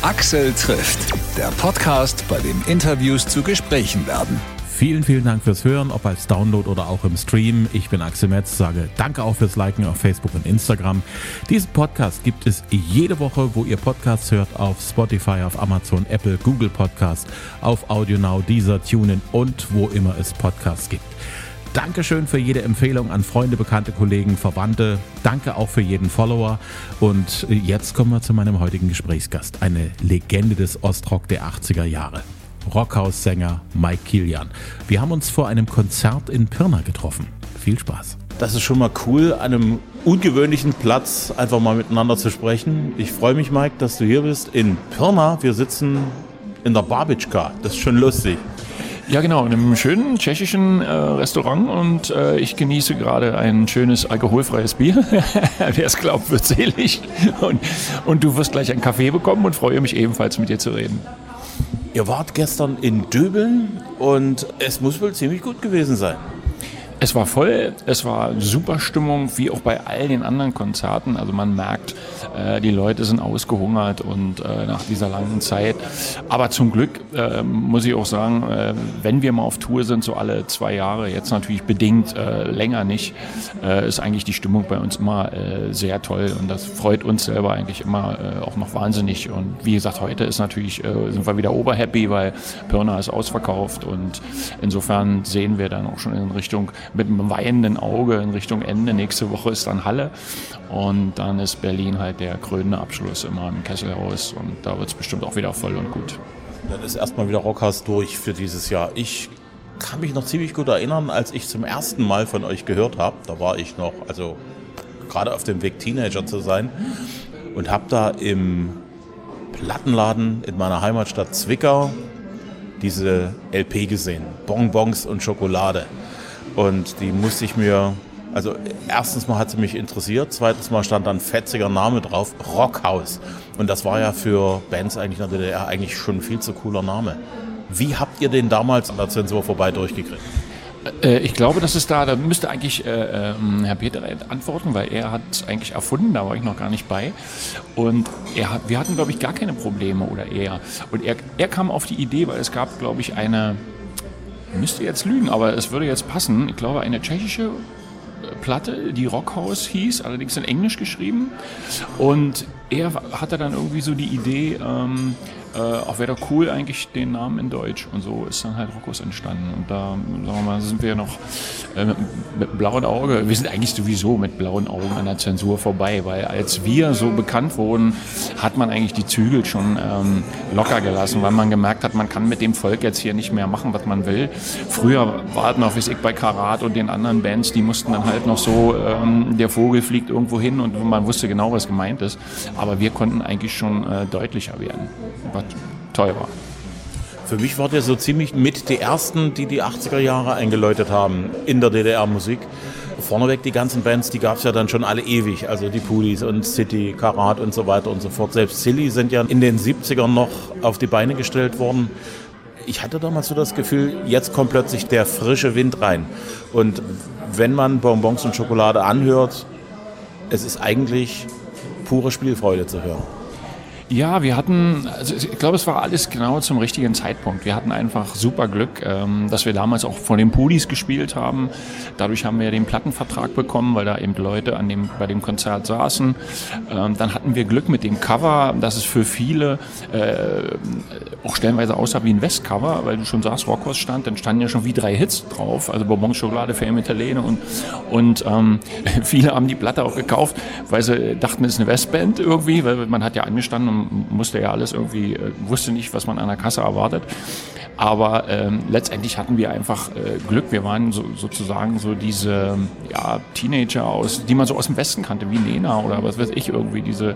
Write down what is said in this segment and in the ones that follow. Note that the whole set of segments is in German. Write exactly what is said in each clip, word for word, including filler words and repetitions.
Axel trifft, der Podcast, bei dem Interviews zu Gesprächen werden. Vielen, vielen Dank fürs Hören, ob als Download oder auch im Stream. Ich bin Axel Metz, sage danke auch fürs Liken auf Facebook und Instagram. Diesen Podcast gibt es jede Woche, wo ihr Podcasts hört, auf Spotify, auf Amazon, Apple, Google Podcast, auf AudioNow, Deezer, TuneIn und wo immer es Podcasts gibt. Dankeschön für jede Empfehlung an Freunde, Bekannte, Kollegen, Verwandte. Danke auch für jeden Follower. Und jetzt kommen wir zu meinem heutigen Gesprächsgast. Eine Legende des Ostrock der achtziger Jahre. Rockhaus-Sänger Mike Kilian. Wir haben uns vor einem Konzert in Pirna getroffen. Viel Spaß. Das ist schon mal cool, an einem ungewöhnlichen Platz einfach mal miteinander zu sprechen. Ich freue mich, Mike, dass du hier bist. In Pirna, wir sitzen in der Barbitschka. Das ist schon lustig. Ja, genau, in einem schönen tschechischen äh, Restaurant und äh, ich genieße gerade ein schönes alkoholfreies Bier. Wer es glaubt, wird selig. Und, und du wirst gleich einen Kaffee bekommen und freue mich ebenfalls mit dir zu reden. Ihr wart gestern in Döbeln und es muss wohl ziemlich gut gewesen sein. Es war voll, es war super Stimmung, wie auch bei all den anderen Konzerten. Also man merkt, äh, die Leute sind ausgehungert und äh, nach dieser langen Zeit. Aber zum Glück äh, muss ich auch sagen, äh, wenn wir mal auf Tour sind, so alle zwei Jahre, jetzt natürlich bedingt äh, länger nicht, äh, ist eigentlich die Stimmung bei uns immer äh, sehr toll. Und das freut uns selber eigentlich immer äh, auch noch wahnsinnig. Und wie gesagt, heute ist natürlich, äh, sind wir wieder oberhappy, weil Pirna ist ausverkauft. Und insofern sehen wir dann auch schon in Richtung mit einem weinenden Auge in Richtung Ende. Nächste Woche ist dann Halle und dann ist Berlin halt der krönende Abschluss immer im Kesselhaus und da wird es bestimmt auch wieder voll und gut. Dann ist erstmal wieder Rockhaus durch für dieses Jahr. Ich kann mich noch ziemlich gut erinnern, als ich zum ersten Mal von euch gehört habe. Da war ich noch, also gerade auf dem Weg Teenager zu sein und habe da im Plattenladen in meiner Heimatstadt Zwickau diese L P gesehen, Bonbons und Schokolade. Und die musste ich mir, also erstens mal hat sie mich interessiert, zweitens mal stand da ein fetziger Name drauf, Rockhaus. Und das war ja für Bands eigentlich in der D D R eigentlich schon ein viel zu cooler Name. Wie habt ihr den damals an der Zensur vorbei durchgekriegt? Äh, ich glaube, das ist da, da müsste eigentlich äh, äh, Herr Peter antworten, weil er hat es eigentlich erfunden, da war ich noch gar nicht bei. Und er hat, wir hatten, glaube ich, gar keine Probleme oder er. Und er, er kam auf die Idee, weil es gab, glaube ich, eine... Ich müsste jetzt lügen, aber es würde jetzt passen. Ich glaube, eine tschechische Platte, die Rockhaus hieß, allerdings in Englisch geschrieben. Und er hatte dann irgendwie so die Idee, ähm, äh, auch wäre doch cool eigentlich den Namen in Deutsch. Und so ist dann halt Rockhaus entstanden. Und da, sagen wir mal, sind wir noch äh, mit, mit blauem Auge, wir sind eigentlich sowieso mit blauen Augen an der Zensur vorbei, weil als wir so bekannt wurden, hat man eigentlich die Zügel schon ähm, locker gelassen, weil man gemerkt hat, man kann mit dem Volk jetzt hier nicht mehr machen, was man will. Früher war halt noch, wie ich bei Karat und den anderen Bands, die mussten dann halt noch so, ähm, der Vogel fliegt irgendwo hin und man wusste genau, was gemeint ist. Aber wir konnten eigentlich schon äh, deutlicher werden, was toll war. Für mich wart ihr so ziemlich mit die Ersten, die die achtziger Jahre eingeläutet haben in der D D R-Musik. Vorneweg die ganzen Bands, die gab es ja dann schon alle ewig. Also die Pulis und City, Karat und so weiter und so fort. Selbst Silly sind ja in den siebzigern noch auf die Beine gestellt worden. Ich hatte damals so das Gefühl, jetzt kommt plötzlich der frische Wind rein. Und wenn man Bonbons und Schokolade anhört, es ist eigentlich pure Spielfreude zu hören. Ja, wir hatten, also ich glaube, es war alles genau zum richtigen Zeitpunkt. Wir hatten einfach super Glück, ähm, dass wir damals auch vor den Pulis gespielt haben. Dadurch haben wir den Plattenvertrag bekommen, weil da eben Leute an dem, bei dem Konzert saßen. Ähm, dann hatten wir Glück mit dem Cover, dass es für viele äh, auch stellenweise aussah wie ein Westcover, weil du schon sagst, Rockhaus stand, dann standen ja schon wie drei Hits drauf, also Bonbons, Schokolade, Fame Italene und, und ähm, viele haben die Platte auch gekauft, weil sie dachten, es ist eine Westband irgendwie, weil man hat ja angestanden und musste ja alles irgendwie, äh, wusste nicht, was man an der Kasse erwartet. Aber ähm, letztendlich hatten wir einfach äh, Glück. Wir waren so, sozusagen so diese ja, Teenager, aus, die man so aus dem Westen kannte, wie Nena oder was weiß ich, irgendwie diese,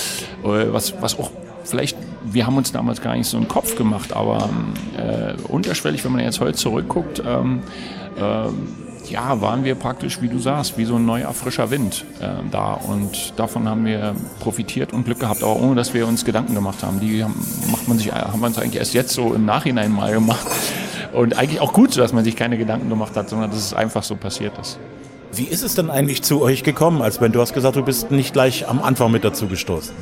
äh, was, was auch vielleicht, wir haben uns damals gar nicht so einen Kopf gemacht, aber äh, unterschwellig, wenn man jetzt heute zurückguckt, ähm, äh, ja, waren wir praktisch, wie du sagst, wie so ein neuer, frischer Wind äh, da. Und davon haben wir profitiert und Glück gehabt, aber ohne, dass wir uns Gedanken gemacht haben. Die haben, macht man sich, haben wir uns eigentlich erst jetzt so im Nachhinein mal gemacht. Und eigentlich auch gut, dass man sich keine Gedanken gemacht hat, sondern dass es einfach so passiert ist. Wie ist es denn eigentlich zu euch gekommen, als wenn du hast gesagt, du bist nicht gleich am Anfang mit dazu gestoßen?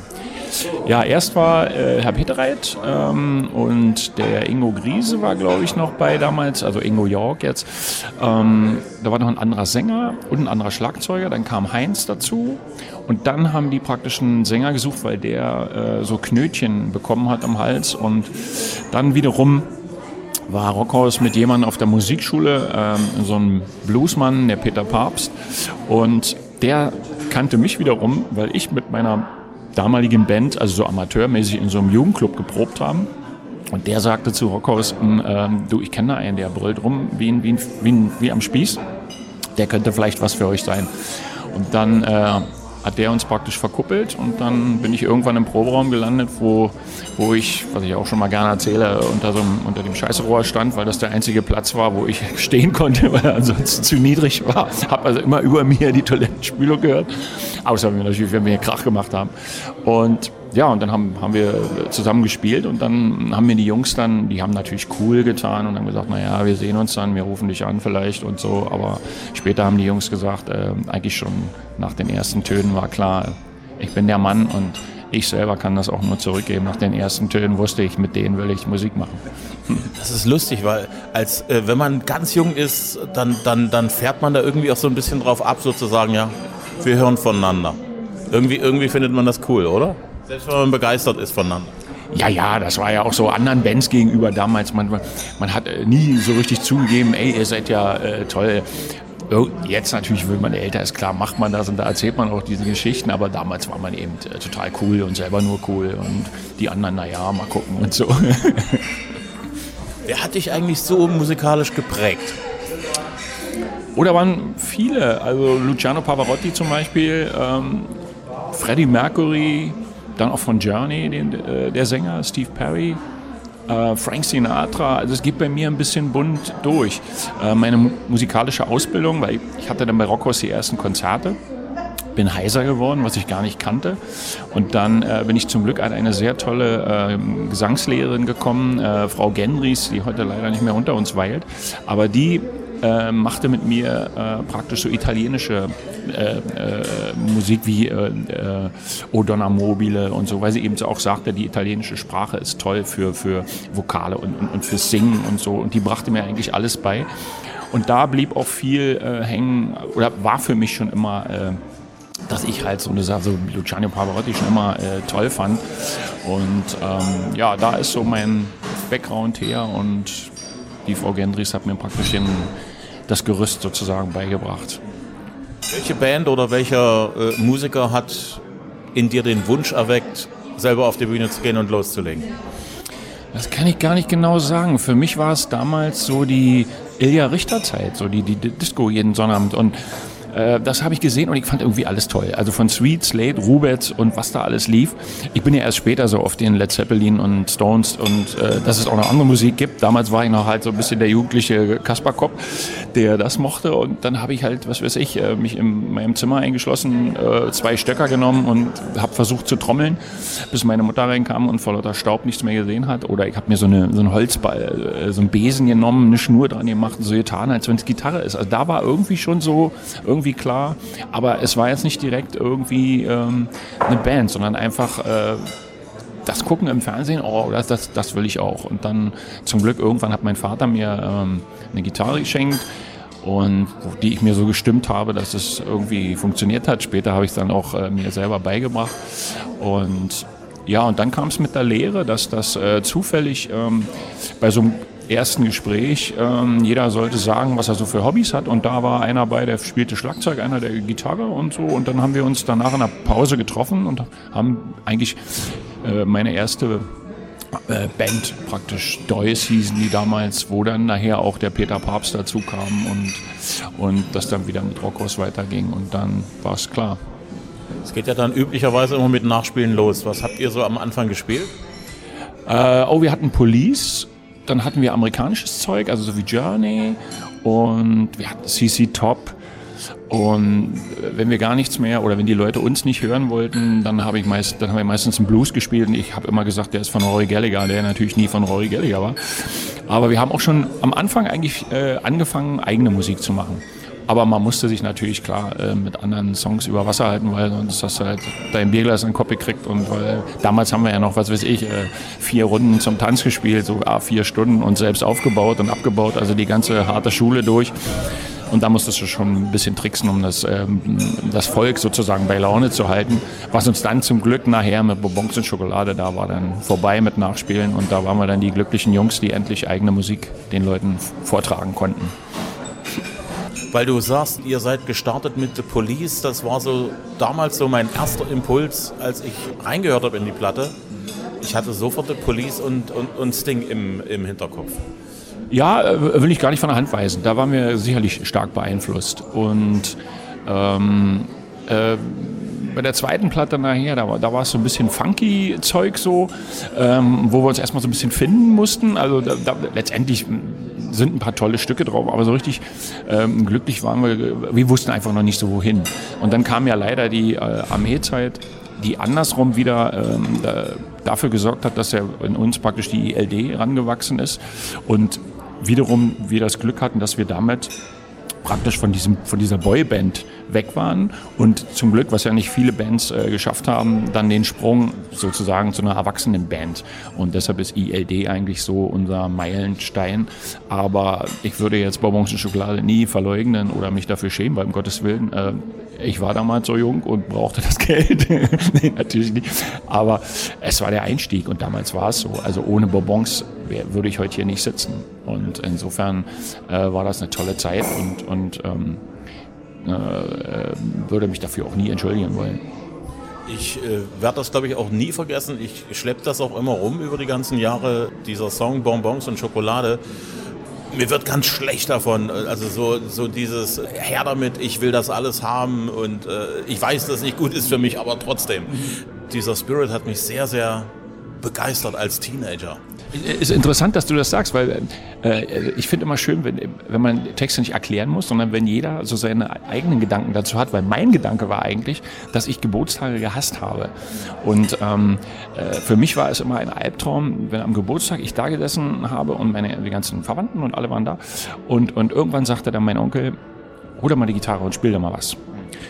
Ja, erst war äh, Herr Petereit ähm, und der Ingo Griese war, glaube ich, noch bei damals, also Ingo York jetzt. Ähm, da war noch ein anderer Sänger und ein anderer Schlagzeuger, dann kam Heinz dazu und dann haben die praktisch einen Sänger gesucht, weil der äh, so Knötchen bekommen hat am Hals und dann wiederum war Rockhaus mit jemandem auf der Musikschule, ähm, so ein Bluesmann, der Peter Papst, und der kannte mich wiederum, weil ich mit meiner damaligen Band, also so amateurmäßig in so einem Jugendclub geprobt haben. Und der sagte zu Rockhaus, ähm, du, ich kenne da einen, der brüllt rum wie, wie, wie, wie am Spieß, der könnte vielleicht was für euch sein. Und dann äh, hat der uns praktisch verkuppelt und dann bin ich irgendwann im Proberaum gelandet, wo, wo ich, was ich auch schon mal gerne erzähle, unter, so einem, unter dem Scheißrohr stand, weil das der einzige Platz war, wo ich stehen konnte, weil er ansonsten zu niedrig war. Habe also immer über mir die Toilettenspülung gehört, außer wenn wir natürlich, wenn wir hier Krach gemacht haben. Und ja, und dann haben, haben wir zusammen gespielt und dann haben mir die Jungs dann, die haben natürlich cool getan und haben gesagt, naja, wir sehen uns dann, wir rufen dich an vielleicht und so, aber später haben die Jungs gesagt, äh, eigentlich schon nach den ersten Tönen war klar, ich bin der Mann und ich selber kann das auch nur zurückgeben. Nach den ersten Tönen wusste ich, mit denen will ich Musik machen. Das ist lustig, weil als äh, wenn man ganz jung ist, dann, dann, dann fährt man da irgendwie auch so ein bisschen drauf ab, sozusagen, ja, wir hören voneinander. Irgendwie, irgendwie findet man das cool, oder? Selbst wenn man begeistert ist voneinander. Ja, ja, das war ja auch so anderen Bands gegenüber damals. Man, man hat nie so richtig zugegeben, ey, ihr seid ja äh, toll. Jetzt natürlich, wenn man älter ist, klar macht man das und da erzählt man auch diese Geschichten, aber damals war man eben äh, total cool und selber nur cool und die anderen, naja, mal gucken und so. Wer hat dich eigentlich so musikalisch geprägt? Oder waren viele, also Luciano Pavarotti zum Beispiel, ähm, Freddie Mercury, dann auch von Journey, den, äh, der Sänger, Steve Perry, äh, Frank Sinatra. Also es geht bei mir ein bisschen bunt durch. Äh, meine mu- musikalische Ausbildung, weil ich hatte dann bei Rockhaus die ersten Konzerte, bin heiser geworden, was ich gar nicht kannte. Und dann äh, bin ich zum Glück an eine sehr tolle äh, Gesangslehrerin gekommen, äh, Frau Gendries, die heute leider nicht mehr unter uns weilt. Aber die äh, machte mit mir äh, praktisch so italienische äh, äh, Musik wie äh, äh, O Donna Mobile und so, weil sie eben so auch sagte, die italienische Sprache ist toll für, für Vokale und, und, und fürs Singen und so. Und die brachte mir eigentlich alles bei. Und da blieb auch viel äh, hängen, oder war für mich schon immer, äh, dass ich halt so eine Sache, so Luciano Pavarotti schon immer äh, toll fand. Und ähm, ja, da ist so mein Background her und die Frau Gendries hat mir praktisch den, das Gerüst sozusagen beigebracht. Welche Band oder welcher äh, Musiker hat in dir den Wunsch erweckt, selber auf die Bühne zu gehen und loszulegen? Das kann ich gar nicht genau sagen. Für mich war es damals so die Ilja Richter-Zeit, so die, die Disco jeden Sonnabend. Und äh, das habe ich gesehen und ich fand irgendwie alles toll. Also von Sweet, Slade, Rubets und was da alles lief. Ich bin ja erst später so auf den Led Zeppelin und Stones und äh, dass es auch noch andere Musik gibt. Damals war ich noch halt so ein bisschen der jugendliche Kasperkopf, der das mochte. Und dann habe ich halt, was weiß ich, äh, mich in meinem Zimmer eingeschlossen, äh, zwei Stöcker genommen und habe versucht zu trommeln, bis meine Mutter reinkam und vor lauter Staub nichts mehr gesehen hat. Oder ich habe mir so, eine, so einen Holzball, äh, so einen Besen genommen, eine Schnur dran gemacht und so getan, als wenn es Gitarre ist. Also da war irgendwie schon so, irgendwie klar. Aber es war jetzt nicht direkt irgendwie ähm, eine Band, sondern einfach äh, das Gucken im Fernsehen, oh, das, das, das will ich auch. Und dann zum Glück irgendwann hat mein Vater mir ähm, eine Gitarre geschenkt, und die ich mir so gestimmt habe, dass es irgendwie funktioniert hat. Später habe ich es dann auch äh, mir selber beigebracht. Und ja, und dann kam es mit der Lehre, dass das äh, zufällig ähm, bei so einem ersten Gespräch, ähm, jeder sollte sagen, was er so für Hobbys hat. Und da war einer bei, der spielte Schlagzeug, einer der Gitarre und so. Und dann haben wir uns danach in der Pause getroffen und haben eigentlich äh, meine erste Äh, Band praktisch, Deus hießen die damals, wo dann nachher auch der Peter Papst dazu kam und, und das dann wieder mit Rockhaus weiterging und dann war es klar. Es geht ja dann üblicherweise immer mit Nachspielen los. Was habt ihr so am Anfang gespielt? Äh, oh, wir hatten Police, dann hatten wir amerikanisches Zeug, also so wie Journey, und wir hatten C C Top. Und wenn wir gar nichts mehr oder wenn die Leute uns nicht hören wollten, dann habe ich meist, dann haben wir meistens einen Blues gespielt und ich habe immer gesagt, der ist von Rory Gallagher, der natürlich nie von Rory Gallagher war. Aber wir haben auch schon am Anfang eigentlich äh, angefangen, eigene Musik zu machen. Aber man musste sich natürlich klar äh, mit anderen Songs über Wasser halten, weil sonst hast du halt dein Bierglas in den Kopf gekriegt. Und weil damals haben wir ja noch, was weiß ich, äh, vier Runden zum Tanz gespielt, so ah, vier Stunden und selbst aufgebaut und abgebaut, also die ganze harte Schule durch. Und da musstest du schon ein bisschen tricksen, um das, ähm, das Volk sozusagen bei Laune zu halten. Was uns dann zum Glück nachher mit Bonbons und Schokolade, da war dann vorbei mit Nachspielen. Und da waren wir dann die glücklichen Jungs, die endlich eigene Musik den Leuten vortragen konnten. Weil du sagst, ihr seid gestartet mit The Police. Das war so damals so mein erster Impuls, als ich reingehört habe in die Platte. Ich hatte sofort The Police und, und, und Sting im, im Hinterkopf. Ja, will ich gar nicht von der Hand weisen. Da waren wir sicherlich stark beeinflusst. Und ähm, äh, bei der zweiten Platte nachher, da war, da war es so ein bisschen funky Zeug so, ähm, wo wir uns erstmal so ein bisschen finden mussten. Also da, da, letztendlich sind ein paar tolle Stücke drauf, aber so richtig ähm, glücklich waren wir, wir wussten einfach noch nicht so wohin. Und dann kam ja leider die äh, Armeezeit, die andersrum wieder ähm, da, dafür gesorgt hat, dass ja in uns praktisch die I L D rangewachsen ist und wiederum wir das Glück hatten, dass wir damit praktisch von diesem von dieser Boyband weg waren und zum Glück, was ja nicht viele Bands äh, geschafft haben, dann den Sprung sozusagen zu einer Erwachsenenband. Und deshalb ist I L D eigentlich so unser Meilenstein. Aber ich würde jetzt Bonbons und Schokolade nie verleugnen oder mich dafür schämen, weil um Gottes Willen, äh, ich war damals so jung und brauchte das Geld. Nee, natürlich nicht. Aber es war der Einstieg und damals war es so. Also ohne Bonbons wär, würde ich heute hier nicht sitzen. Und insofern äh, war das eine tolle Zeit und, und ähm, äh, würde mich dafür auch nie entschuldigen wollen. Ich äh, werde das, glaube ich, auch nie vergessen. Ich schleppe das auch immer rum über die ganzen Jahre, dieser Song Bonbons und Schokolade. Mir wird ganz schlecht davon, also so, so dieses her damit, ich will das alles haben und äh, ich weiß, dass es nicht gut ist für mich, aber trotzdem. Dieser Spirit hat mich sehr, sehr begeistert als Teenager. Ist interessant, dass du das sagst, weil äh, ich finde immer schön, wenn, wenn man Texte nicht erklären muss, sondern wenn jeder so seine eigenen Gedanken dazu hat, weil mein Gedanke war eigentlich, dass ich Geburtstage gehasst habe. Und ähm, äh, für mich war es immer ein Albtraum, wenn am Geburtstag ich da gesessen habe und meine die ganzen Verwandten und alle waren da und, und irgendwann sagte dann mein Onkel, hol doch mal die Gitarre und spiel doch mal was.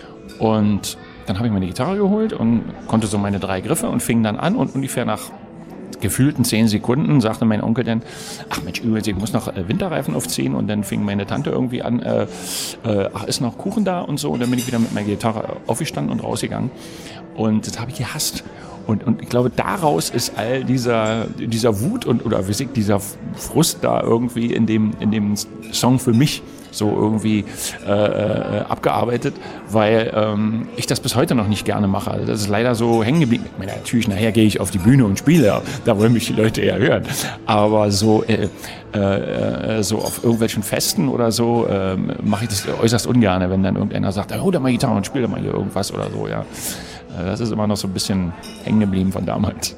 Und dann habe ich meine Gitarre geholt und konnte so meine drei Griffe und fing dann an und ungefähr nach gefühlten zehn Sekunden sagte mein Onkel dann, ach Mensch, übrigens, ich muss noch Winterreifen aufziehen und dann fing meine Tante irgendwie an, äh, äh, ach, ist noch Kuchen da und so und dann bin ich wieder mit meiner Gitarre aufgestanden und rausgegangen und das habe ich gehasst. Und, und ich glaube, daraus ist all dieser, dieser Wut und oder wie gesagt, dieser Frust da irgendwie in dem, in dem Song für mich so irgendwie äh, äh, abgearbeitet, weil ähm, ich das bis heute noch nicht gerne mache. Also das ist leider so hängen geblieben. Ich meine, natürlich, nachher gehe ich auf die Bühne und spiele, da wollen mich die Leute eher hören. Aber so, äh, äh, so auf irgendwelchen Festen oder so äh, mache ich das äußerst ungern, wenn dann irgendeiner sagt, hol da mal Gitarre und spiel da mal hier irgendwas oder so. Ja, das ist immer noch so ein bisschen hängen geblieben von damals.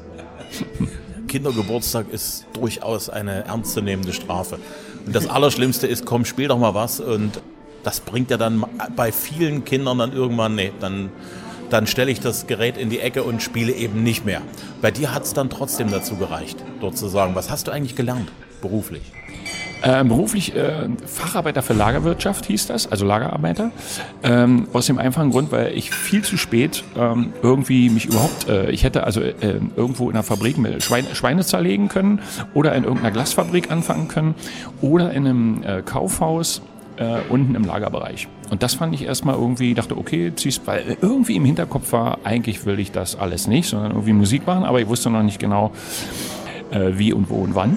Kindergeburtstag ist durchaus eine ernstzunehmende Strafe. Und das Allerschlimmste ist, komm, spiel doch mal was. Und das bringt ja dann bei vielen Kindern dann irgendwann, nee, dann, dann stelle ich das Gerät in die Ecke und spiele eben nicht mehr. Bei dir hat es dann trotzdem dazu gereicht, dort zu sagen, was hast du eigentlich gelernt, beruflich? Ähm, beruflich äh, Facharbeiter für Lagerwirtschaft hieß das, also Lagerarbeiter. Ähm, aus dem einfachen Grund, weil ich viel zu spät ähm, irgendwie mich überhaupt, äh, ich hätte also äh, irgendwo in einer Fabrik mit Schweine, Schweine zerlegen können oder in irgendeiner Glasfabrik anfangen können oder in einem äh, Kaufhaus äh, unten im Lagerbereich. Und das fand ich erstmal irgendwie, dachte, okay, ziehst, weil irgendwie im Hinterkopf war, eigentlich will ich das alles nicht, sondern irgendwie Musik machen, aber ich wusste noch nicht genau, äh, wie und wo und wann.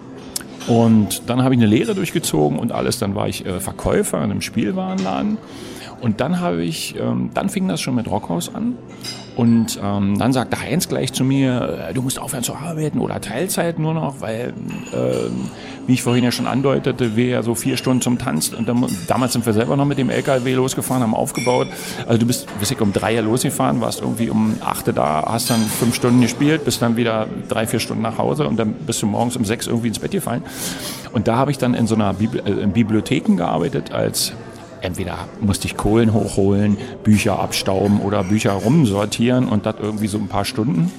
Und dann habe ich eine Lehre durchgezogen und alles. Dann war ich äh, Verkäufer in einem Spielwarenladen. Und dann habe ich, ähm, dann fing das schon mit Rockhaus an. Und ähm, dann sagte Heinz gleich zu mir, äh, du musst aufhören zu arbeiten oder Teilzeit nur noch, weil, äh, wie ich vorhin ja schon andeutete, wir ja so vier Stunden zum Tanz. Und dann, damals sind wir selber noch mit dem L K W losgefahren, haben aufgebaut. Also du bist, bist ich um drei Uhr losgefahren, warst irgendwie um acht Uhr da, hast dann fünf Stunden gespielt, bist dann wieder drei, vier Stunden nach Hause und dann bist du morgens um sechs irgendwie ins Bett gefallen. Und da habe ich dann in so einer Bibli- äh, in Bibliotheken gearbeitet als entweder musste ich Kohlen hochholen, Bücher abstauben oder Bücher rumsortieren und das irgendwie so ein paar Stunden.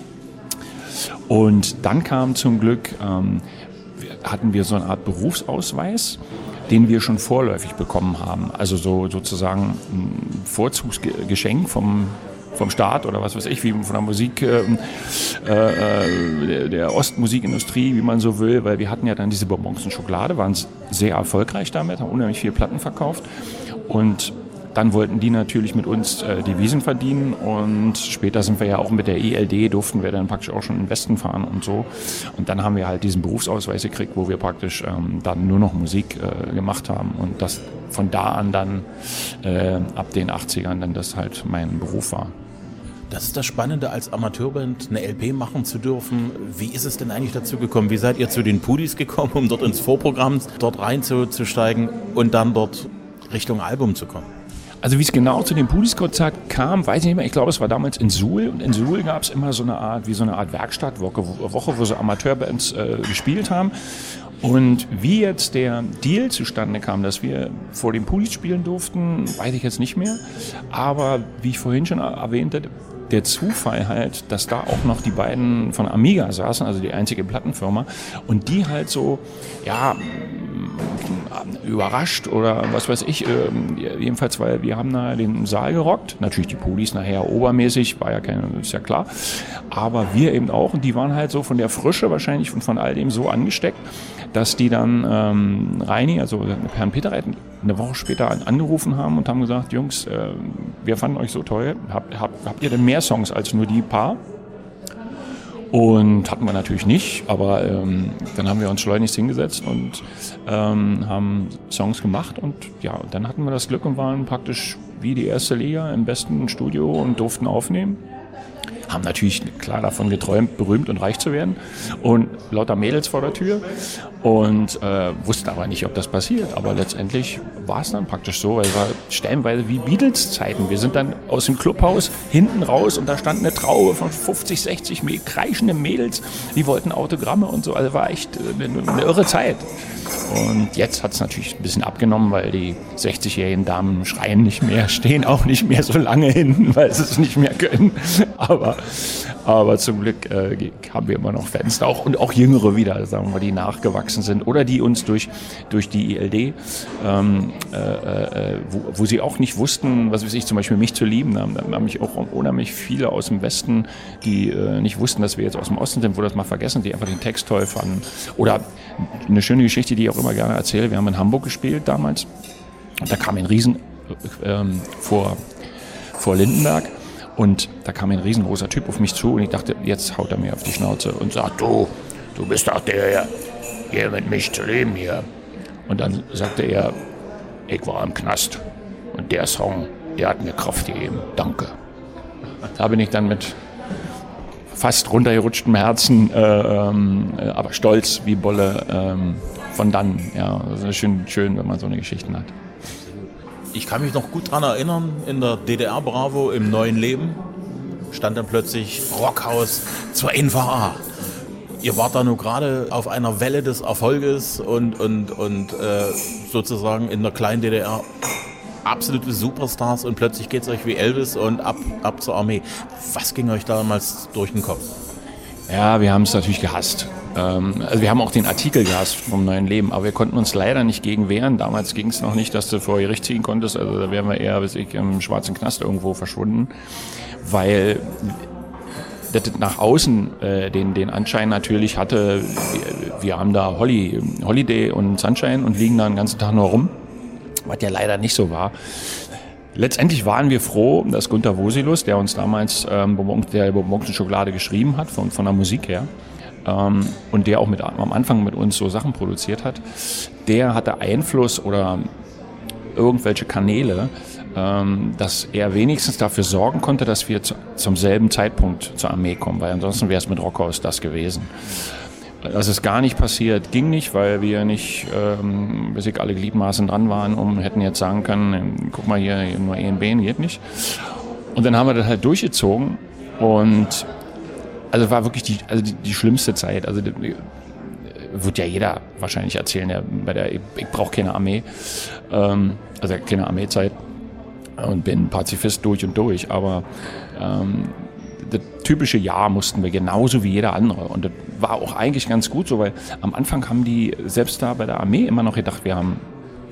Und dann kam zum Glück, ähm, hatten wir so eine Art Berufsausweis, den wir schon vorläufig bekommen haben. Also so sozusagen ein Vorzugsgeschenk vom vom Staat oder was weiß ich, wie von der Musik, äh, äh, der, der Ostmusikindustrie, wie man so will, weil wir hatten ja dann diese Bonbons und Schokolade, waren sehr erfolgreich damit, haben unheimlich viele Platten verkauft und dann wollten die natürlich mit uns äh, die Wiesen verdienen und später sind wir ja auch mit der E L D, durften wir dann praktisch auch schon in den Westen fahren und so. Und dann haben wir halt diesen Berufsausweis gekriegt, wo wir praktisch ähm, dann nur noch Musik äh, gemacht haben und das von da an dann äh, ab den achtzigern dann das halt mein Beruf war. Das ist das Spannende, als Amateurband eine L P machen zu dürfen. Wie ist es denn eigentlich dazu gekommen? Wie seid ihr zu den Pudis gekommen, um dort ins Vorprogramm dort reinzusteigen und dann dort Richtung Album zu kommen? Also wie es genau zu dem Pudis-Konzert kam, weiß ich nicht mehr. Ich glaube, es war damals in Suhl und in Suhl gab es immer so eine Art, wie so eine Art Werkstattwoche, Woche, wo so Amateurbands äh, gespielt haben. Und wie jetzt der Deal zustande kam, dass wir vor den Pudis spielen durften, weiß ich jetzt nicht mehr. Aber wie ich vorhin schon erwähnte, der Zufall halt, dass da auch noch die beiden von Amiga saßen, also die einzige Plattenfirma, und die halt so, ja, überrascht oder was weiß ich, äh, jedenfalls, weil wir haben da den Saal gerockt, natürlich die Pudis nachher obermäßig, war ja keine, ist ja klar, aber wir eben auch und die waren halt so von der Frische wahrscheinlich und von all dem so angesteckt, dass die dann ähm, Reini, also Herrn Peterreit, eine Woche später angerufen haben und haben gesagt, Jungs, äh, wir fanden euch so toll, habt, habt, habt ihr denn mehr Songs als nur die paar? Und hatten wir natürlich nicht, aber ähm, dann haben wir uns schleunigst hingesetzt und ähm, haben Songs gemacht und ja, dann hatten wir das Glück und waren praktisch wie die erste Liga im besten Studio und durften aufnehmen. Haben natürlich klar davon geträumt, berühmt und reich zu werden und lauter Mädels vor der Tür und äh, wussten aber nicht, ob das passiert. Aber letztendlich war es dann praktisch so, weil es war stellenweise wie Beatles-Zeiten. Wir sind dann aus dem Clubhaus hinten raus und da stand eine Traube von fünfzig, sechzig kreischende Mädels, die wollten Autogramme und so. Also war echt eine, eine irre Zeit. Und jetzt hat es natürlich ein bisschen abgenommen, weil die sechzigjährigen Damen schreien nicht mehr, stehen auch nicht mehr so lange hinten, weil sie es nicht mehr können. Aber, aber zum Glück äh, haben wir immer noch Fans auch und auch Jüngere wieder, sagen wir mal, die nachgewachsen sind oder die uns durch, durch die E L D, ähm, äh, äh, wo, wo sie auch nicht wussten, was weiß ich, zum Beispiel mich zu lieben, da haben, haben mich auch unheimlich viele aus dem Westen, die äh, nicht wussten, dass wir jetzt aus dem Osten sind, wo das mal vergessen, die einfach den Text toll fanden. Oder eine schöne Geschichte, die ich auch immer gerne erzähle, wir haben in Hamburg gespielt damals und da kam ein Riesen ähm, vor, vor Lindenberg. Und da kam ein riesengroßer Typ auf mich zu und ich dachte, jetzt haut er mir auf die Schnauze und sagt, du, du bist doch der hier mit mich zu leben hier. Und dann sagte er, ich war im Knast und der Song, der hat mir Kraft gegeben, danke. Da bin ich dann mit fast runtergerutschtem Herzen, äh, äh, aber stolz wie Bolle ähm, von dann. Ja, das ist schön, schön, wenn man so eine Geschichte hat. Ich kann mich noch gut daran erinnern, in der D D R Bravo im Neuen Leben stand dann plötzlich Rockhaus zur N V A. Ihr wart da nur gerade auf einer Welle des Erfolges und, und, und äh, sozusagen in der kleinen D D R absolute Superstars und plötzlich geht es euch wie Elvis und ab, ab zur Armee. Was ging euch damals durch den Kopf? Ja, wir haben es natürlich gehasst. Ähm, also wir haben auch den Artikel gehasst vom Neuen Leben, aber wir konnten uns leider nicht gegen wehren. Damals ging es noch nicht, dass du vor Gericht ziehen konntest. Also da wären wir eher, weiß ich, im schwarzen Knast irgendwo verschwunden, weil das nach außen äh, den, den Anschein natürlich hatte, wir, wir haben da Holly, Holiday und Sunshine und liegen da den ganzen Tag nur rum, was ja leider nicht so war. Letztendlich waren wir froh, dass Günter Wosilus, der uns damals ähm, der Bonbons und Schokolade geschrieben hat, von, von der Musik her, ähm, und der auch mit, am Anfang mit uns so Sachen produziert hat, der hatte Einfluss oder irgendwelche Kanäle, ähm, dass er wenigstens dafür sorgen konnte, dass wir zu, zum selben Zeitpunkt zur Armee kommen, weil ansonsten wäre es mit Rockhaus das gewesen. Das ist gar nicht passiert, ging nicht, weil wir nicht, ähm, bis ich alle Gliedmaßen dran waren, um hätten jetzt sagen können, guck mal hier, hier nur E und B, geht nicht. Und dann haben wir das halt durchgezogen und also war wirklich die, also die, die schlimmste Zeit. Also das wird ja jeder wahrscheinlich erzählen, der bei der ich, ich brauche keine Armee, ähm, also keine Armeezeit und bin Pazifist durch und durch, aber ähm, das typische Jahr mussten wir genauso wie jeder andere. Und das war auch eigentlich ganz gut so, weil am Anfang haben die selbst da bei der Armee immer noch gedacht, wir haben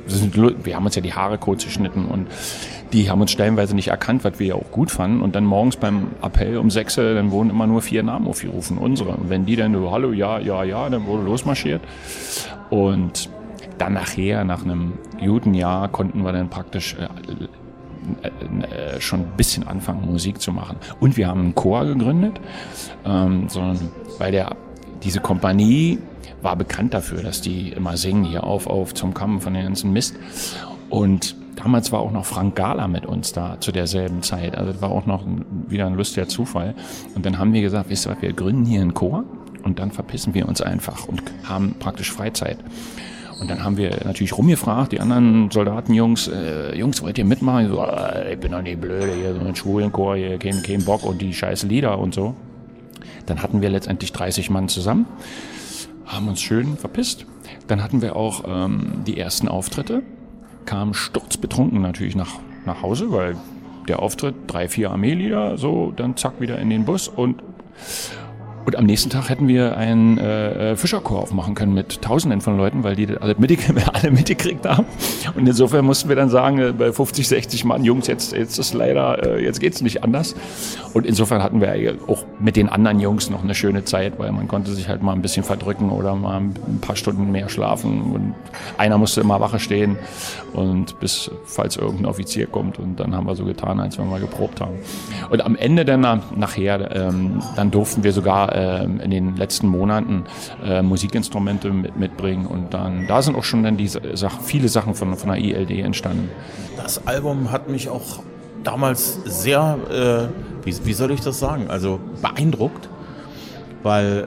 wir haben uns ja die Haare kurz geschnitten und die haben uns stellenweise nicht erkannt, was wir ja auch gut fanden. Und dann morgens beim Appell um sechs, dann wurden immer nur vier Namen aufgerufen, unsere. Und wenn die dann so, hallo, ja, ja, ja, dann wurde losmarschiert. Und dann nachher, nach einem guten Jahr, konnten wir dann praktisch äh, äh, schon ein bisschen anfangen, Musik zu machen. Und wir haben einen Chor gegründet, ähm, sondern weil der, diese Kompanie war bekannt dafür, dass die immer singen, hier auf, auf zum Kamm von den ganzen Mist. Und damals war auch noch Frank Gala mit uns da zu derselben Zeit. Also das war auch noch ein, wieder ein lustiger Zufall. Und dann haben wir gesagt, wisst ihr was, wir gründen hier einen Chor und dann verpissen wir uns einfach und haben praktisch Freizeit. Und dann haben wir natürlich rumgefragt, die anderen Soldatenjungs, äh, Jungs, wollt ihr mitmachen? Ich, so, äh, ich bin doch nicht blöde, hier so ein Schwulenchor, hier kein, kein Bock und die scheiß Lieder und so. Dann hatten wir letztendlich dreißig Mann zusammen, haben uns schön verpisst. Dann hatten wir auch ähm, die ersten Auftritte, kamen sturzbetrunken natürlich nach, nach Hause, weil der Auftritt, drei, vier Armeelieder, so, dann zack, wieder in den Bus und Und am nächsten Tag hätten wir einen äh, Fischerchor aufmachen können mit Tausenden von Leuten, weil die das alle, mitgekriegt, alle mitgekriegt haben. Und insofern mussten wir dann sagen, äh, bei fünfzig, sechzig Mann, Jungs, jetzt, jetzt ist leider, äh, jetzt geht's nicht anders. Und insofern hatten wir auch mit den anderen Jungs noch eine schöne Zeit, weil man konnte sich halt mal ein bisschen verdrücken oder mal ein paar Stunden mehr schlafen. Und einer musste immer Wache stehen und bis, falls irgendein Offizier kommt. Und dann haben wir so getan, als wir mal geprobt haben. Und am Ende dann nachher, ähm, dann durften wir sogar in den letzten Monaten äh, Musikinstrumente mit, mitbringen und dann da sind auch schon dann die Sachen, viele Sachen von, von der I L D entstanden. Das Album hat mich auch damals sehr, äh, wie, wie soll ich das sagen, also beeindruckt, weil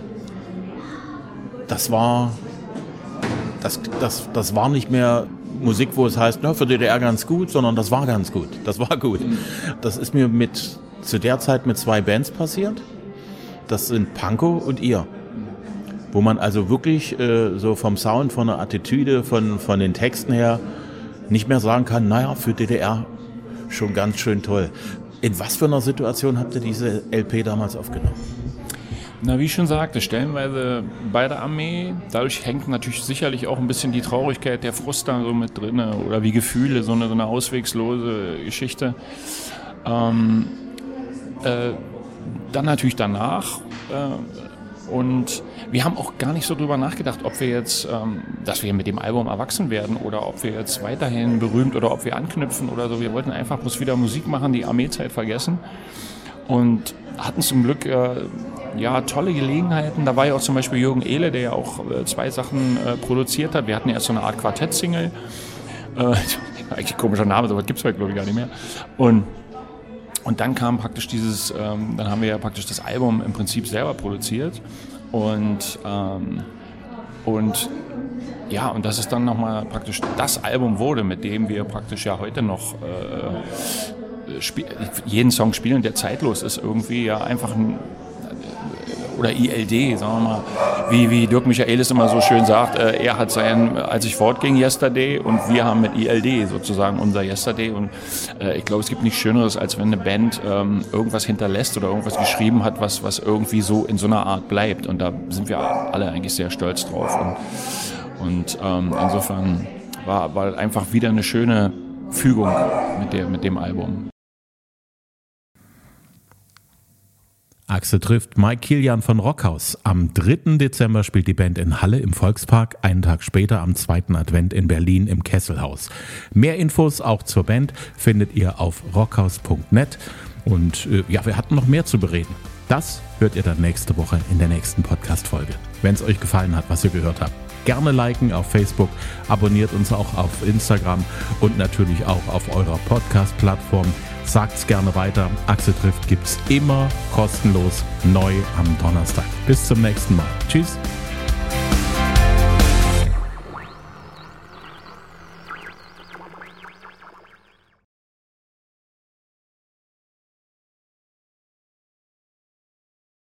das war, das, das, das war nicht mehr Musik, wo es heißt, na, für D D R ganz gut, sondern das war ganz gut, das war gut. Das ist mir mit zu der Zeit mit zwei Bands passiert. Das sind Pankow und ihr, wo man also wirklich äh, so vom Sound, von der Attitüde, von, von den Texten her nicht mehr sagen kann, naja, für D D R schon ganz schön toll. In was für einer Situation habt ihr diese L P damals aufgenommen? Na, wie ich schon sagte, stellenweise bei der Armee, dadurch hängt natürlich sicherlich auch ein bisschen die Traurigkeit, der Frust da so mit drin oder wie Gefühle, so eine, so eine auswegslose Geschichte. Ähm, äh, Dann natürlich danach äh, und wir haben auch gar nicht so drüber nachgedacht, ob wir jetzt, ähm, dass wir mit dem Album erwachsen werden oder ob wir jetzt weiterhin berühmt oder ob wir anknüpfen oder so. Wir wollten einfach bloß wieder Musik machen, die Armeezeit vergessen und hatten zum Glück äh, ja tolle Gelegenheiten. Da war ja auch zum Beispiel Jürgen Ehle, der ja auch äh, zwei Sachen äh, produziert hat. Wir hatten erst so eine Art Quartett-Single. Äh, eigentlich ein komischer Name, sowas gibt es heute glaube ich gar nicht mehr. Und Und dann kam praktisch dieses, ähm, dann haben wir ja praktisch das Album im Prinzip selber produziert und ähm, und ja, und das ist dann nochmal praktisch das Album wurde, mit dem wir praktisch ja heute noch äh, spiel- jeden Song spielen, der zeitlos ist, irgendwie ja einfach ein oder I L D, sagen wir mal, wie, wie Dirk Michaelis immer so schön sagt, äh, er hat sein, als ich fortging, Yesterday und wir haben mit I L D sozusagen unser Yesterday und äh, ich glaube, es gibt nichts Schöneres, als wenn eine Band ähm, irgendwas hinterlässt oder irgendwas geschrieben hat, was, was irgendwie so in so einer Art bleibt und da sind wir alle eigentlich sehr stolz drauf und, und ähm, insofern war, war einfach wieder eine schöne Fügung mit, der, mit dem Album. Axel trifft Mike Kilian von Rockhaus. Am dritten Dezember spielt die Band in Halle im Volkspark, einen Tag später am zweiten Advent in Berlin im Kesselhaus. Mehr Infos auch zur Band findet ihr auf rockhaus punkt net und äh, ja, wir hatten noch mehr zu bereden. Das hört ihr dann nächste Woche in der nächsten Podcast-Folge. Wenn es euch gefallen hat, was ihr gehört habt, gerne liken auf Facebook, abonniert uns auch auf Instagram und natürlich auch auf eurer Podcast-Plattform. Sagt's gerne weiter. Axel trifft gibt's immer kostenlos neu am Donnerstag. Bis zum nächsten Mal. Tschüss.